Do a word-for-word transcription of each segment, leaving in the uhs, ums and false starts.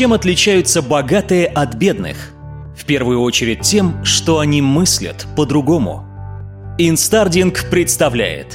Чем отличаются богатые от бедных? В первую очередь тем, что они мыслят по-другому. Инстардинг представляет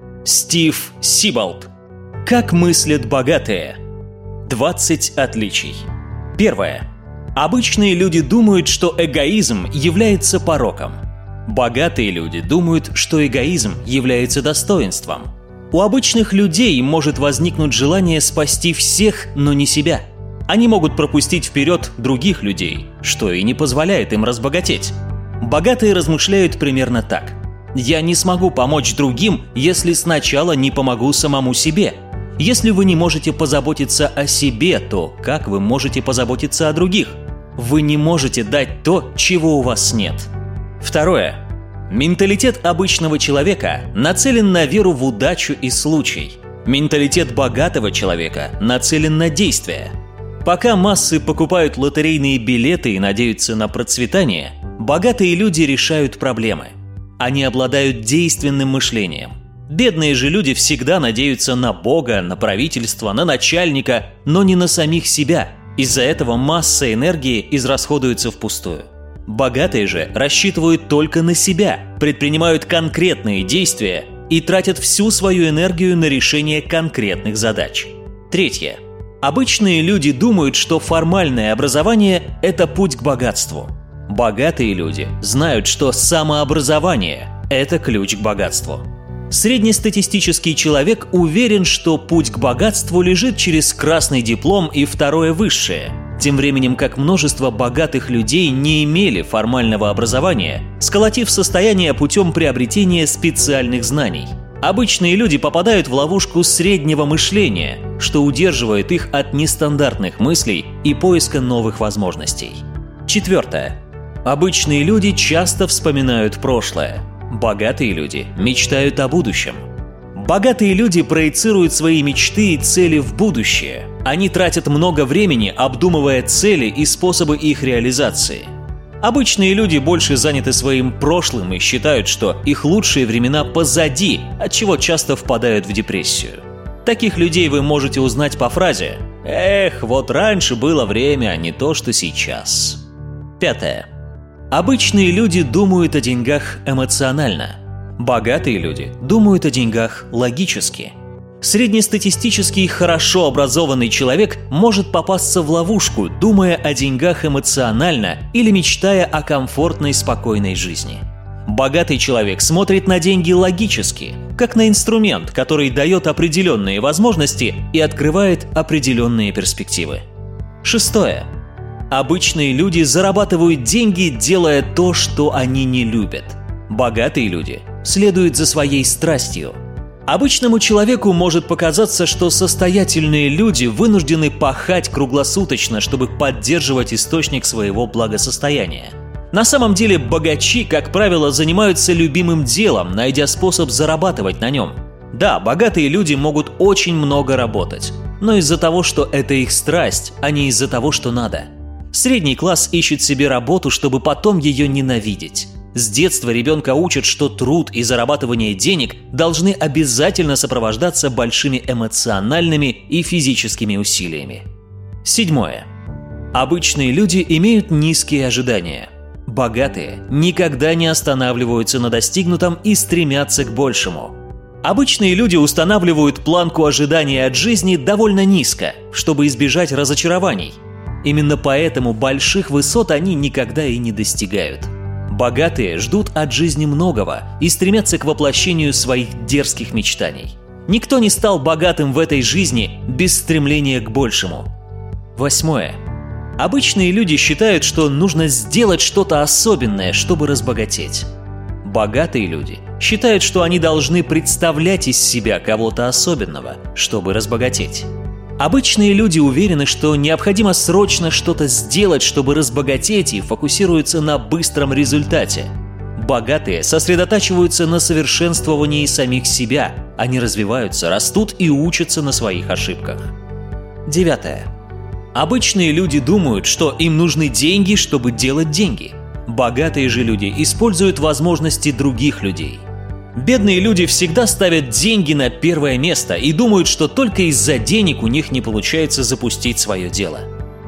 Стив Сиболт. Как мыслят богатые? двадцать отличий. Первое. Обычные люди думают, что эгоизм является пороком. Богатые люди думают, что эгоизм является достоинством. У обычных людей может возникнуть желание спасти всех, но не себя. Они могут пропустить вперед других людей, что и не позволяет им разбогатеть. Богатые размышляют примерно так. «Я не смогу помочь другим, если сначала не помогу самому себе. Если вы не можете позаботиться о себе, то как вы можете позаботиться о других? Вы не можете дать то, чего у вас нет». Второе. Менталитет обычного человека нацелен на веру в удачу и случай. Менталитет богатого человека нацелен на действие. Пока массы покупают лотерейные билеты и надеются на процветание, богатые люди решают проблемы. Они обладают действенным мышлением. Бедные же люди всегда надеются на Бога, на правительство, на начальника, но не на самих себя. Из-за этого масса энергии израсходуется впустую. Богатые же рассчитывают только на себя, предпринимают конкретные действия и тратят всю свою энергию на решение конкретных задач. Третье. Обычные люди думают, что формальное образование – это путь к богатству. Богатые люди знают, что самообразование – это ключ к богатству. Среднестатистический человек уверен, что путь к богатству лежит через красный диплом и второе высшее, тем временем как множество богатых людей не имели формального образования, сколотив состояние путем приобретения специальных знаний. Обычные люди попадают в ловушку среднего мышления, что удерживает их от нестандартных мыслей и поиска новых возможностей. Четвертое. Обычные люди часто вспоминают прошлое. Богатые люди мечтают о будущем. Богатые люди проецируют свои мечты и цели в будущее. Они тратят много времени, обдумывая цели и способы их реализации. Обычные люди больше заняты своим прошлым и считают, что их лучшие времена позади, отчего часто впадают в депрессию. Таких людей вы можете узнать по фразе «Эх, вот раньше было время, а не то, что сейчас». Пятое. Обычные люди думают о деньгах эмоционально. Богатые люди думают о деньгах логически. Среднестатистический хорошо образованный человек может попасться в ловушку, думая о деньгах эмоционально или мечтая о комфортной, спокойной жизни. Богатый человек смотрит на деньги логически, как на инструмент, который дает определенные возможности и открывает определенные перспективы. Шестое. Обычные люди зарабатывают деньги, делая то, что они не любят. Богатые люди следуют за своей страстью. Обычному человеку может показаться, что состоятельные люди вынуждены пахать круглосуточно, чтобы поддерживать источник своего благосостояния. На самом деле богачи, как правило, занимаются любимым делом, найдя способ зарабатывать на нем. Да, богатые люди могут очень много работать, но из-за того, что это их страсть, а не из-за того, что надо. Средний класс ищет себе работу, чтобы потом ее ненавидеть. С детства ребенка учат, что труд и зарабатывание денег должны обязательно сопровождаться большими эмоциональными и физическими усилиями. Седьмое. Обычные люди имеют низкие ожидания. Богатые никогда не останавливаются на достигнутом и стремятся к большему. Обычные люди устанавливают планку ожидания от жизни довольно низко, чтобы избежать разочарований. Именно поэтому больших высот они никогда и не достигают. Богатые ждут от жизни многого и стремятся к воплощению своих дерзких мечтаний. Никто не стал богатым в этой жизни без стремления к большему. Восьмое. Обычные люди считают, что нужно сделать что-то особенное, чтобы разбогатеть. Богатые люди считают, что они должны представлять из себя кого-то особенного, чтобы разбогатеть. Обычные люди уверены, что необходимо срочно что-то сделать, чтобы разбогатеть, и фокусируются на быстром результате. Богатые сосредотачиваются на совершенствовании самих себя. Они развиваются, растут и учатся на своих ошибках. Девятое. Обычные люди думают, что им нужны деньги, чтобы делать деньги. Богатые же люди используют возможности других людей. Бедные люди всегда ставят деньги на первое место и думают, что только из-за денег у них не получается запустить свое дело.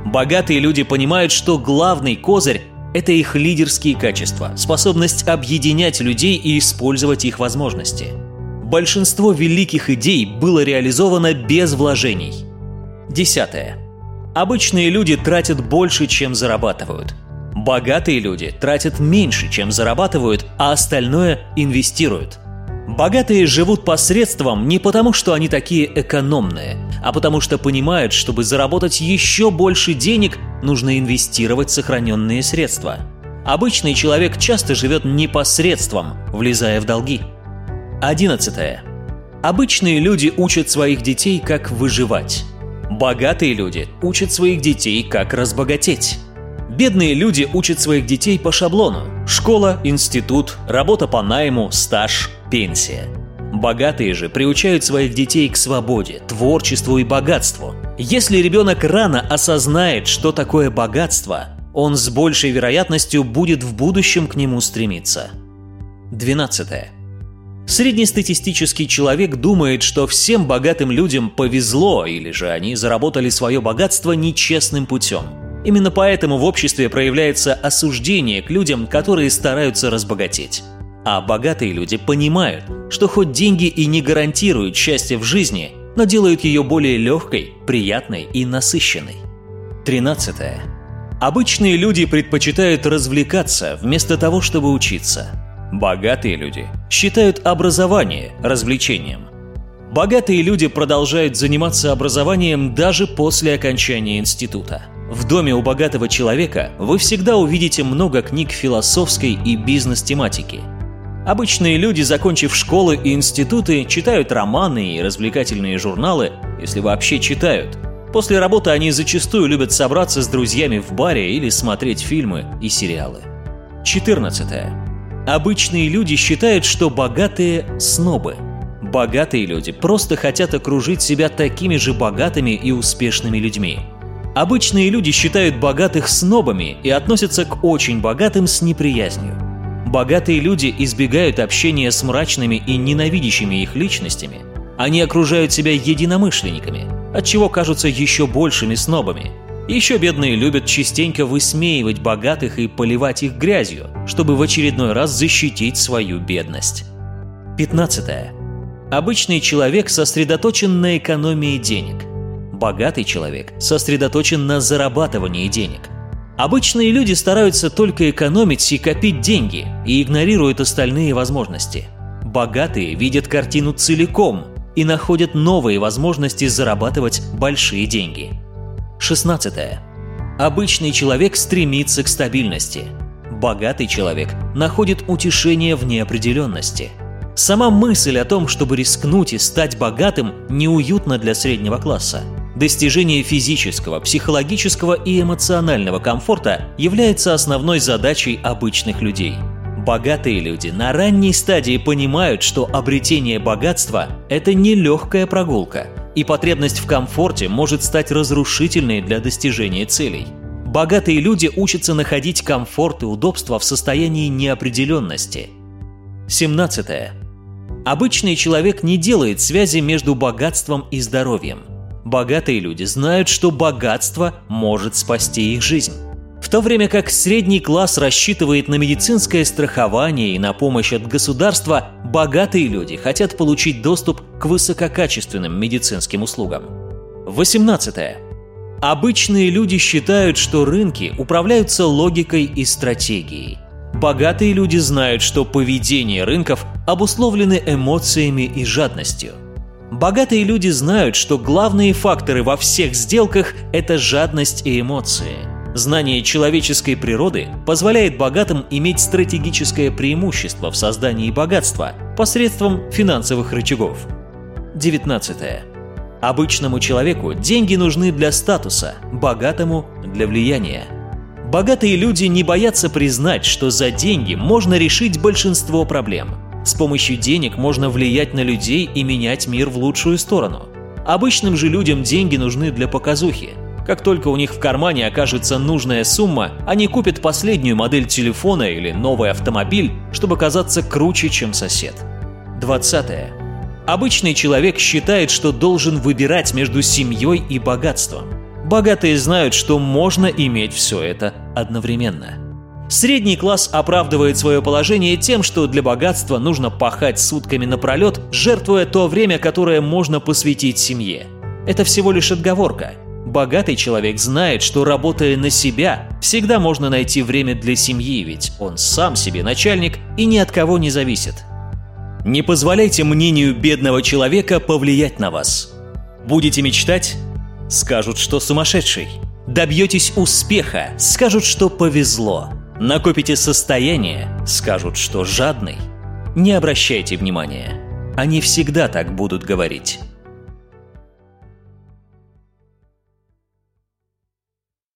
Богатые люди понимают, что главный козырь – это их лидерские качества, способность объединять людей и использовать их возможности. Большинство великих идей было реализовано без вложений. Десятое. Обычные люди тратят больше, чем зарабатывают. Богатые люди тратят меньше, чем зарабатывают, а остальное инвестируют. Богатые живут посредством не потому, что они такие экономные, а потому что понимают, чтобы заработать еще больше денег, нужно инвестировать сохраненные средства. Обычный человек часто живет непосредством, влезая в долги. Одиннадцатое. Обычные люди учат своих детей, как выживать. Богатые люди учат своих детей, как разбогатеть. Бедные люди учат своих детей по шаблону: школа, институт, работа по найму, стаж, пенсия. Богатые же приучают своих детей к свободе, творчеству и богатству. Если ребенок рано осознает, что такое богатство, он с большей вероятностью будет в будущем к нему стремиться. Двенадцатое. Среднестатистический человек думает, что всем богатым людям повезло, или же они заработали свое богатство нечестным путем. Именно поэтому в обществе проявляется осуждение к людям, которые стараются разбогатеть. А богатые люди понимают, что хоть деньги и не гарантируют счастье в жизни, но делают ее более легкой, приятной и насыщенной. Тринадцатое. Обычные люди предпочитают развлекаться вместо того, чтобы учиться. Богатые люди считают образование развлечением. Богатые люди продолжают заниматься образованием даже после окончания института. В доме у богатого человека вы всегда увидите много книг философской и бизнес-тематики. Обычные люди, закончив школы и институты, читают романы и развлекательные журналы, если вообще читают. После работы они зачастую любят собраться с друзьями в баре или смотреть фильмы и сериалы. четырнадцатое. Обычные люди считают, что богатые – снобы. Богатые люди просто хотят окружить себя такими же богатыми и успешными людьми. Обычные люди считают богатых снобами и относятся к очень богатым с неприязнью. Богатые люди избегают общения с мрачными и ненавидящими их личностями. Они окружают себя единомышленниками, отчего кажутся еще большими снобами. Еще бедные любят частенько высмеивать богатых и поливать их грязью, чтобы в очередной раз защитить свою бедность. пятнадцатое. Обычный человек сосредоточен на экономии денег. Богатый человек сосредоточен на зарабатывании денег. Обычные люди стараются только экономить и копить деньги и игнорируют остальные возможности. Богатые видят картину целиком и находят новые возможности зарабатывать большие деньги. шестнадцатое. Обычный человек стремится к стабильности. Богатый человек находит утешение в неопределенности. Сама мысль о том, чтобы рискнуть и стать богатым, неуютна для среднего класса. Достижение физического, психологического и эмоционального комфорта является основной задачей обычных людей. Богатые люди на ранней стадии понимают, что обретение богатства – это не легкая прогулка, и потребность в комфорте может стать разрушительной для достижения целей. Богатые люди учатся находить комфорт и удобство в состоянии неопределенности. семнадцатое. Обычный человек не делает связи между богатством и здоровьем. Богатые люди знают, что богатство может спасти их жизнь. В то время как средний класс рассчитывает на медицинское страхование и на помощь от государства, богатые люди хотят получить доступ к высококачественным медицинским услугам. восемнадцатое. Обычные люди считают, что рынки управляются логикой и стратегией. Богатые люди знают, что поведение рынков обусловлено эмоциями и жадностью. Богатые люди знают, что главные факторы во всех сделках – это жадность и эмоции. Знание человеческой природы позволяет богатым иметь стратегическое преимущество в создании богатства посредством финансовых рычагов. девятнадцатое. Обычному человеку деньги нужны для статуса, богатому – для влияния. Богатые люди не боятся признать, что за деньги можно решить большинство проблем. С помощью денег можно влиять на людей и менять мир в лучшую сторону. Обычным же людям деньги нужны для показухи. Как только у них в кармане окажется нужная сумма, они купят последнюю модель телефона или новый автомобиль, чтобы казаться круче, чем сосед. двадцатое. Обычный человек считает, что должен выбирать между семьей и богатством. Богатые знают, что можно иметь все это одновременно. Средний класс оправдывает свое положение тем, что для богатства нужно пахать сутками напролет, жертвуя то время, которое можно посвятить семье. Это всего лишь отговорка. Богатый человек знает, что, работая на себя, всегда можно найти время для семьи, ведь он сам себе начальник и ни от кого не зависит. Не позволяйте мнению бедного человека повлиять на вас. Будете мечтать? Скажут, что сумасшедший. Добьетесь успеха? Скажут, что повезло. Накопите состояние? Скажут, что жадный. Не обращайте внимания. Они всегда так будут говорить.